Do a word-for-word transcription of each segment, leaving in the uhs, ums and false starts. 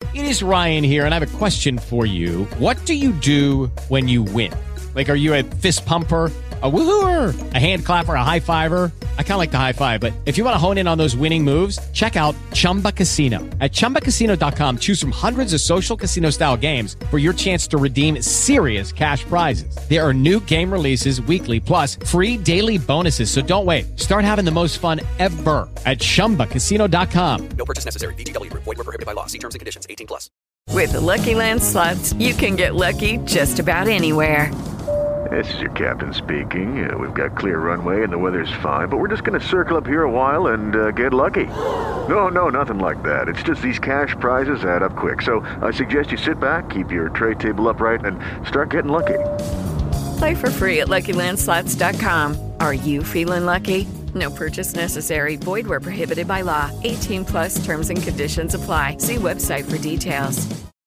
It is Ryan here, and I have a question for you. What do you do when you win? Like, are you a fist pumper, a woohooer, a hand clapper, a high fiver? I kind of like the high five, but if you want to hone in on those winning moves, check out Chumba Casino. At chumba casino dot com, choose from hundreds of social casino style games for your chance to redeem serious cash prizes. There are new game releases weekly, plus free daily bonuses. So don't wait. Start having the most fun ever at chumba casino dot com. No purchase necessary. V G W Group. Void where prohibited by law. See terms and conditions. eighteen plus. With the Lucky Land Slots, you can get lucky just about anywhere. This is your captain speaking. Uh, we've got clear runway and the weather's fine, but we're just going to circle up here a while and uh, get lucky. No, no, nothing like that. It's just these cash prizes add up quick. So I suggest you sit back, keep your tray table upright, and start getting lucky. Play for free at lucky land slots dot com. Are you feeling lucky? No purchase necessary. Void where prohibited by law. eighteen plus terms and conditions apply. See website for details.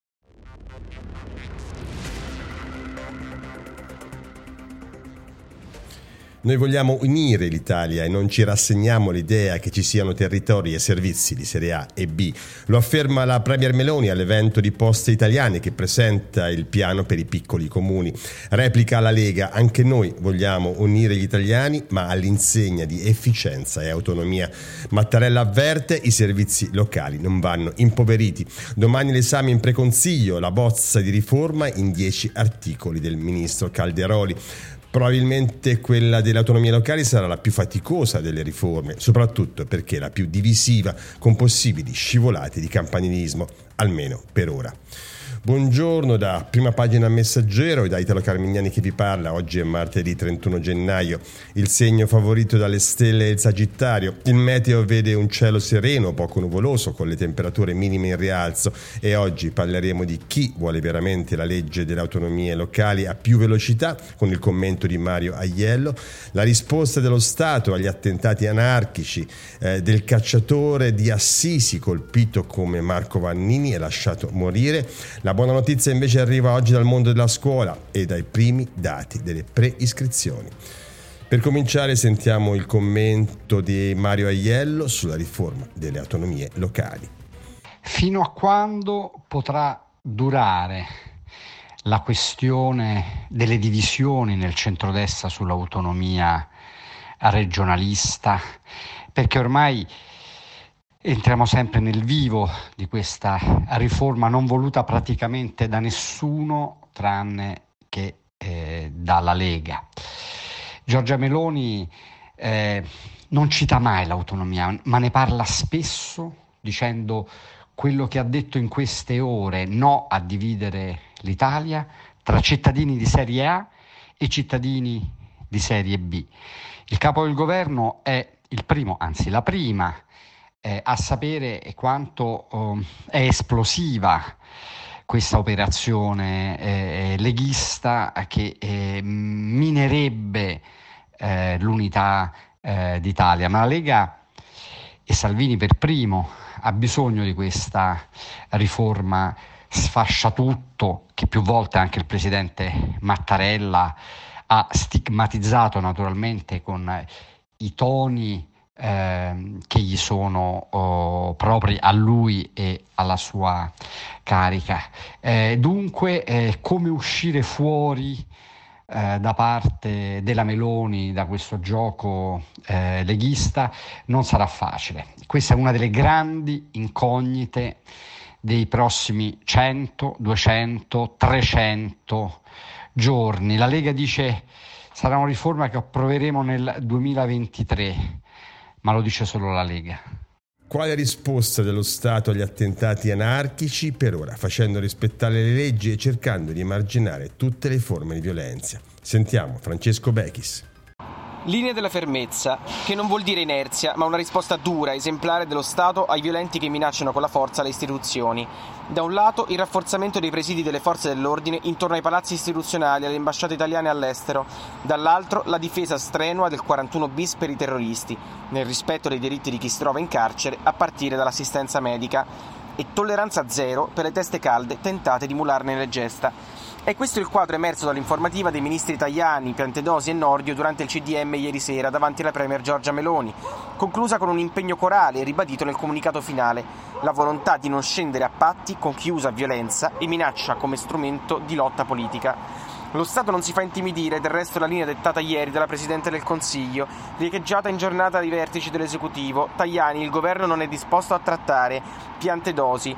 Noi vogliamo unire l'Italia e non ci rassegniamo all'idea che ci siano territori e servizi di serie A e B. Lo afferma la Premier Meloni all'evento di Poste Italiane che presenta il piano per i piccoli comuni. Replica la Lega: anche noi vogliamo unire gli italiani, ma all'insegna di efficienza e autonomia. Mattarella avverte: i servizi locali non vanno impoveriti. Domani l'esame in preconsiglio, la bozza di riforma in dieci articoli del ministro Calderoli. Probabilmente quella delle autonomie locali sarà la più faticosa delle riforme, soprattutto perché la più divisiva, con possibili scivolate di campanilismo, almeno per ora. Buongiorno da Prima Pagina Messaggero e da Italo Carmignani che vi parla. Oggi è martedì trentuno gennaio. Il segno favorito dalle stelle è il Sagittario. Il meteo vede un cielo sereno, poco nuvoloso, con le temperature minime in rialzo, e oggi parleremo di chi vuole veramente la legge delle autonomie locali a più velocità, con il commento di Mario Aiello, la risposta dello Stato agli attentati anarchici, eh, del cacciatore di Assisi colpito come Marco Vannini e lasciato morire. La La buona notizia invece arriva oggi dal mondo della scuola e dai primi dati delle preiscrizioni. Per cominciare sentiamo il commento di Mario Aiello sulla riforma delle autonomie locali. Fino a quando potrà durare la questione delle divisioni nel centrodestra sull'autonomia regionalista? Perché ormai entriamo sempre nel vivo di questa riforma non voluta praticamente da nessuno tranne che eh, dalla Lega. Giorgia Meloni eh, non cita mai l'autonomia, ma ne parla spesso dicendo quello che ha detto in queste ore: no a dividere l'Italia tra cittadini di serie A e cittadini di serie B. Il capo del governo è il primo, anzi la prima, Eh, a sapere quanto eh, è esplosiva questa operazione eh, leghista che eh, minerebbe eh, l'unità eh, d'Italia. Ma la Lega e Salvini per primo ha bisogno di questa riforma sfasciatutto che più volte anche il presidente Mattarella ha stigmatizzato, naturalmente con i toni Eh, che gli sono oh, propri a lui e alla sua carica. Eh, dunque, eh, come uscire fuori eh, da parte della Meloni da questo gioco eh, leghista non sarà facile. Questa è una delle grandi incognite dei prossimi cento, duecento, trecento giorni. La Lega dice sarà una riforma che approveremo nel duemilaventitré. Ma lo dice solo la Lega. Quale risposta dello Stato agli attentati anarchici? Per ora facendo rispettare le leggi e cercando di emarginare tutte le forme di violenza. Sentiamo Francesco Bechis. Linea della fermezza, che non vuol dire inerzia, ma una risposta dura, esemplare dello Stato ai violenti che minacciano con la forza le istituzioni. Da un lato il rafforzamento dei presidi delle forze dell'ordine intorno ai palazzi istituzionali e alle ambasciate italiane all'estero, dall'altro la difesa strenua del quarantuno bis per i terroristi, nel rispetto dei diritti di chi si trova in carcere, a partire dall'assistenza medica. e tolleranza zero per le teste calde tentate di mularne le gesta. È questo il quadro emerso dall'informativa dei ministri Tajani, Piantedosi e Nordio durante il C D M ieri sera davanti alla premier Giorgia Meloni, conclusa con un impegno corale ribadito nel comunicato finale, la volontà di non scendere a patti con chi usa violenza e minaccia come strumento di lotta politica. Lo Stato non si fa intimidire, del resto la linea dettata ieri dalla Presidente del Consiglio, riecheggiata in giornata dai vertici dell'esecutivo. Tajani, il governo non è disposto a trattare. Piantedosi,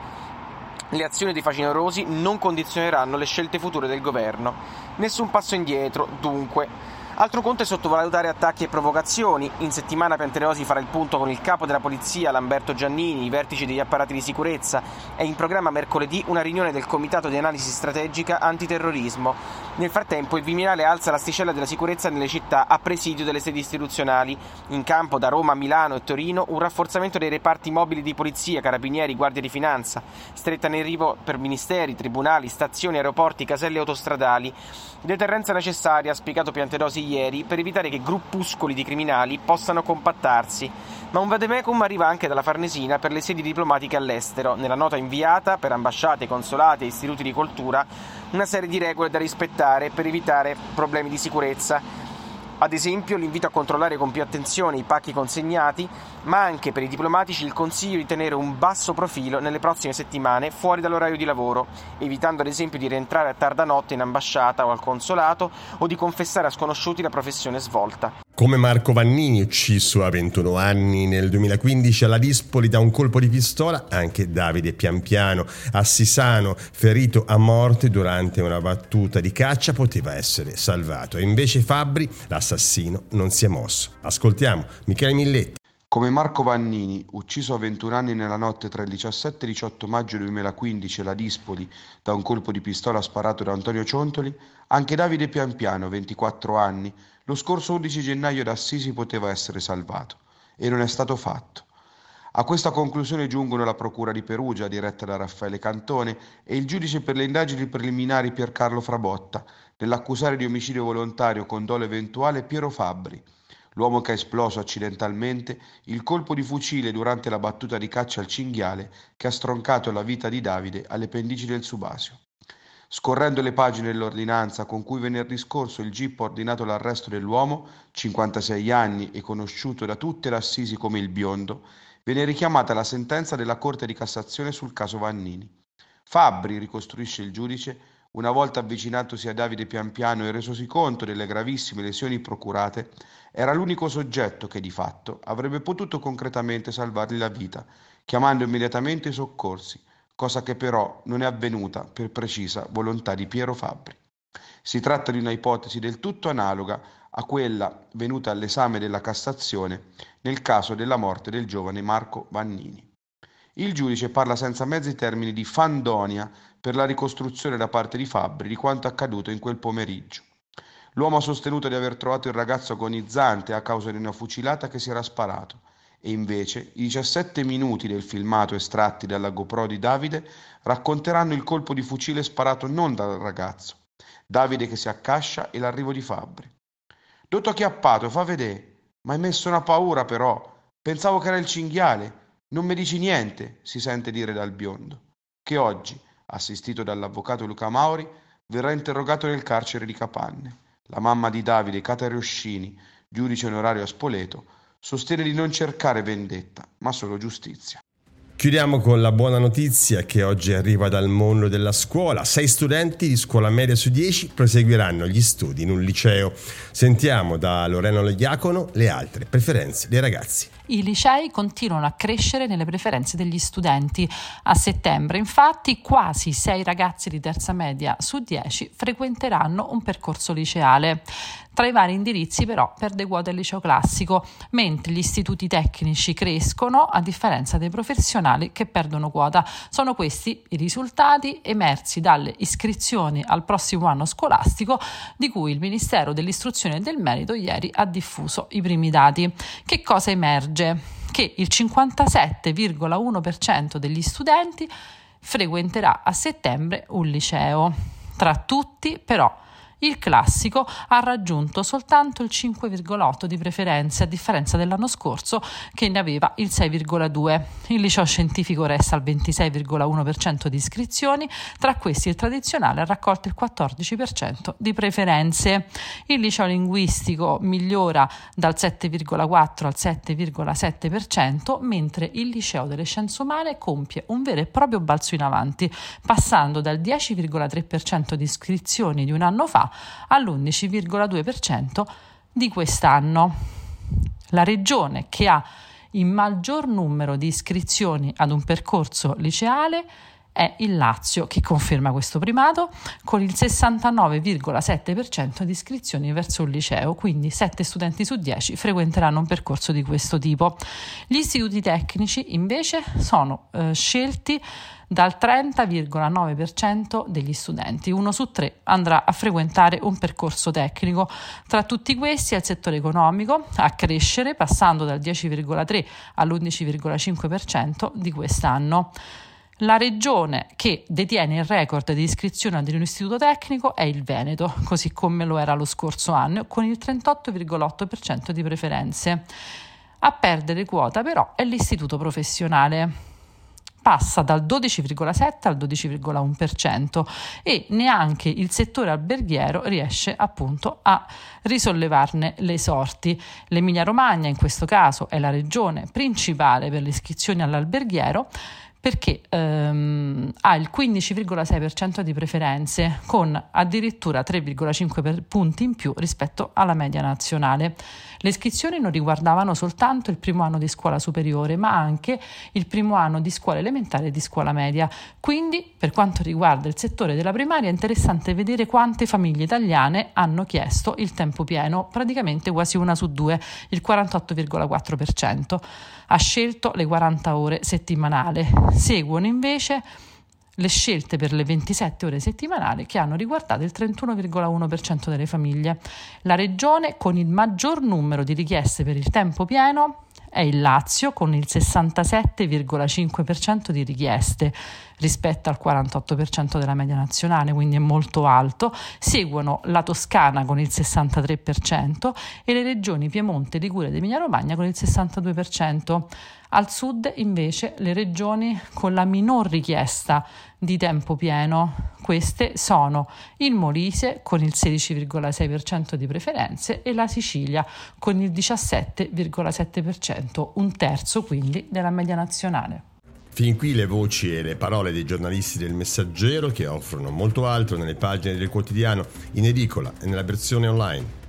le azioni dei facinorosi non condizioneranno le scelte future del governo. Nessun passo indietro, dunque. Altro conto è sottovalutare attacchi e provocazioni. In settimana Piantedosi farà il punto con il capo della polizia, Lamberto Giannini, i vertici degli apparati di sicurezza. È in programma mercoledì una riunione del Comitato di Analisi Strategica Antiterrorismo. Nel frattempo il Viminale alza l'asticella della sicurezza nelle città a presidio delle sedi istituzionali. In campo da Roma, Milano e Torino un rafforzamento dei reparti mobili di polizia, carabinieri, guardia di finanza, stretta in arrivo per ministeri, tribunali, stazioni, aeroporti, caselle autostradali. Deterrenza necessaria, ha spiegato Piantedosi ieri, per evitare che gruppuscoli di criminali possano compattarsi. Ma un vademecum arriva anche dalla Farnesina per le sedi diplomatiche all'estero. Nella nota inviata per ambasciate, consolati e istituti di cultura una serie di regole da rispettare per evitare problemi di sicurezza. Ad esempio l'invito a controllare con più attenzione i pacchi consegnati, ma anche per i diplomatici il consiglio di tenere un basso profilo nelle prossime settimane fuori dall'orario di lavoro, evitando ad esempio di rientrare a tarda notte in ambasciata o al consolato o di confessare a sconosciuti la professione svolta. Come Marco Vannini, ucciso a ventuno anni nel duemilaquindici alla Dispoli da un colpo di pistola, anche Davide Piampiano a Sisano, ferito a morte durante una battuta di caccia, poteva essere salvato. E invece Fabbri, l'assassino, non si è mosso. Ascoltiamo Michele Milletti. Come Marco Vannini, ucciso a ventuno anni nella notte tra il diciassette e il diciotto maggio duemilaquindici alla Dispoli da un colpo di pistola sparato da Antonio Ciontoli, anche Davide Piampiano, ventiquattro anni, lo scorso undici gennaio da Assisi poteva essere salvato. E non è stato fatto. A questa conclusione giungono la Procura di Perugia, diretta da Raffaele Cantone, e il giudice per le indagini preliminari Piercarlo Frabotta, nell'accusare di omicidio volontario con dolo eventuale Piero Fabbri, l'uomo che ha esploso accidentalmente il colpo di fucile durante la battuta di caccia al cinghiale che ha stroncato la vita di Davide alle pendici del Subasio. Scorrendo le pagine dell'ordinanza con cui venerdì scorso il G I P ha ordinato l'arresto dell'uomo, cinquantasei anni e conosciuto da tutte l'Assisi come il Biondo, viene richiamata la sentenza della Corte di Cassazione sul caso Vannini. Fabbri, ricostruisce il giudice, una volta avvicinatosi a Davide Piampiano e resosi conto delle gravissime lesioni procurate, era l'unico soggetto che di fatto avrebbe potuto concretamente salvargli la vita, chiamando immediatamente i soccorsi, cosa che però non è avvenuta per precisa volontà di Piero Fabbri. Si tratta di una ipotesi del tutto analoga a quella venuta all'esame della Cassazione nel caso della morte del giovane Marco Vannini. Il giudice parla senza mezzi termini di fandonia per la ricostruzione da parte di Fabbri di quanto accaduto in quel pomeriggio. L'uomo ha sostenuto di aver trovato il ragazzo agonizzante a causa di una fucilata che si era sparato e invece i diciassette minuti del filmato estratti dalla GoPro di Davide racconteranno il colpo di fucile sparato non dal ragazzo, Davide che si accascia e l'arrivo di Fabbri. Dotto acchiappato, fa vedere, ma hai messo una paura però, pensavo che era il cinghiale, non mi dici niente, si sente dire dal biondo, che oggi, assistito dall'avvocato Luca Mauri, verrà interrogato nel carcere di Capanne. La mamma di Davide, Cata Rioscini, giudice onorario a Spoleto, sostiene di non cercare vendetta, ma solo giustizia. Chiudiamo con la buona notizia che oggi arriva dal mondo della scuola. Sei studenti di scuola media su dieci proseguiranno gli studi in un liceo. Sentiamo da Lorena Loiacono le altre preferenze dei ragazzi. I licei continuano a crescere nelle preferenze degli studenti. A settembre, infatti, quasi sei ragazzi di terza media su dieci frequenteranno un percorso liceale. Tra i vari indirizzi, però, perde quota il liceo classico, mentre gli istituti tecnici crescono, a differenza dei professionali che perdono quota. Sono questi i risultati emersi dalle iscrizioni al prossimo anno scolastico, di cui il Ministero dell'Istruzione e del Merito ieri ha diffuso i primi dati. Che cosa emerge? Che il cinquantasette virgola uno per cento degli studenti frequenterà a settembre un liceo. Tra tutti, però, Il classico ha raggiunto soltanto il cinque virgola otto di preferenze, a differenza dell'anno scorso che ne aveva il sei virgola due. Il liceo scientifico resta al ventisei virgola uno per cento di iscrizioni, tra questi il tradizionale ha raccolto il quattordici per cento di preferenze. Il liceo linguistico migliora dal sette virgola quattro al sette virgola sette per cento, mentre il liceo delle scienze umane compie un vero e proprio balzo in avanti, passando dal dieci virgola tre per cento di iscrizioni di un anno fa all'undici virgola due per cento di quest'anno. La regione che ha il maggior numero di iscrizioni ad un percorso liceale è il Lazio, che conferma questo primato con il sessantanove virgola sette per cento di iscrizioni verso un liceo, quindi sette studenti su dieci frequenteranno un percorso di questo tipo. Gli istituti tecnici invece sono eh, scelti dal trenta virgola nove per cento degli studenti, uno su tre andrà a frequentare un percorso tecnico. Tra tutti questi è il settore economico a crescere, passando dal dieci virgola tre all'undici virgola cinque per cento di quest'anno. La regione che detiene il record di iscrizione ad un istituto tecnico è il Veneto, così come lo era lo scorso anno, con il trentotto virgola otto per cento di preferenze. A perdere quota però è l'istituto professionale. Passa dal dodici virgola sette al dodici virgola uno per cento e neanche il settore alberghiero riesce appunto a risollevarne le sorti. L'Emilia Romagna in questo caso è la regione principale per le iscrizioni all'alberghiero, perché ehm, ha il quindici virgola sei per cento di preferenze, con addirittura tre virgola cinque per punti in più rispetto alla media nazionale. Le iscrizioni non riguardavano soltanto il primo anno di scuola superiore, ma anche il primo anno di scuola elementare e di scuola media. Quindi, per quanto riguarda il settore della primaria, è interessante vedere quante famiglie italiane hanno chiesto il tempo pieno, praticamente quasi una su due, il quarantotto virgola quattro per cento. Ha scelto le quaranta ore settimanali. Seguono invece le scelte per le ventisette ore settimanali, che hanno riguardato il trentuno virgola uno per cento delle famiglie. La regione con il maggior numero di richieste per il tempo pieno è il Lazio, con il sessantasette virgola cinque per cento di richieste rispetto al quarantotto per cento della media nazionale, quindi è molto alto. Seguono la Toscana con il sessantatré per cento e le regioni Piemonte, Liguria ed Emilia Romagna con il sessantadue per cento. Al sud invece le regioni con la minor richiesta di tempo pieno, queste sono il Molise con il sedici virgola sei per cento di preferenze e la Sicilia con il diciassette virgola sette per cento, un terzo quindi della media nazionale. Fin qui le voci e le parole dei giornalisti del Messaggero, che offrono molto altro nelle pagine del quotidiano, in edicola e nella versione online.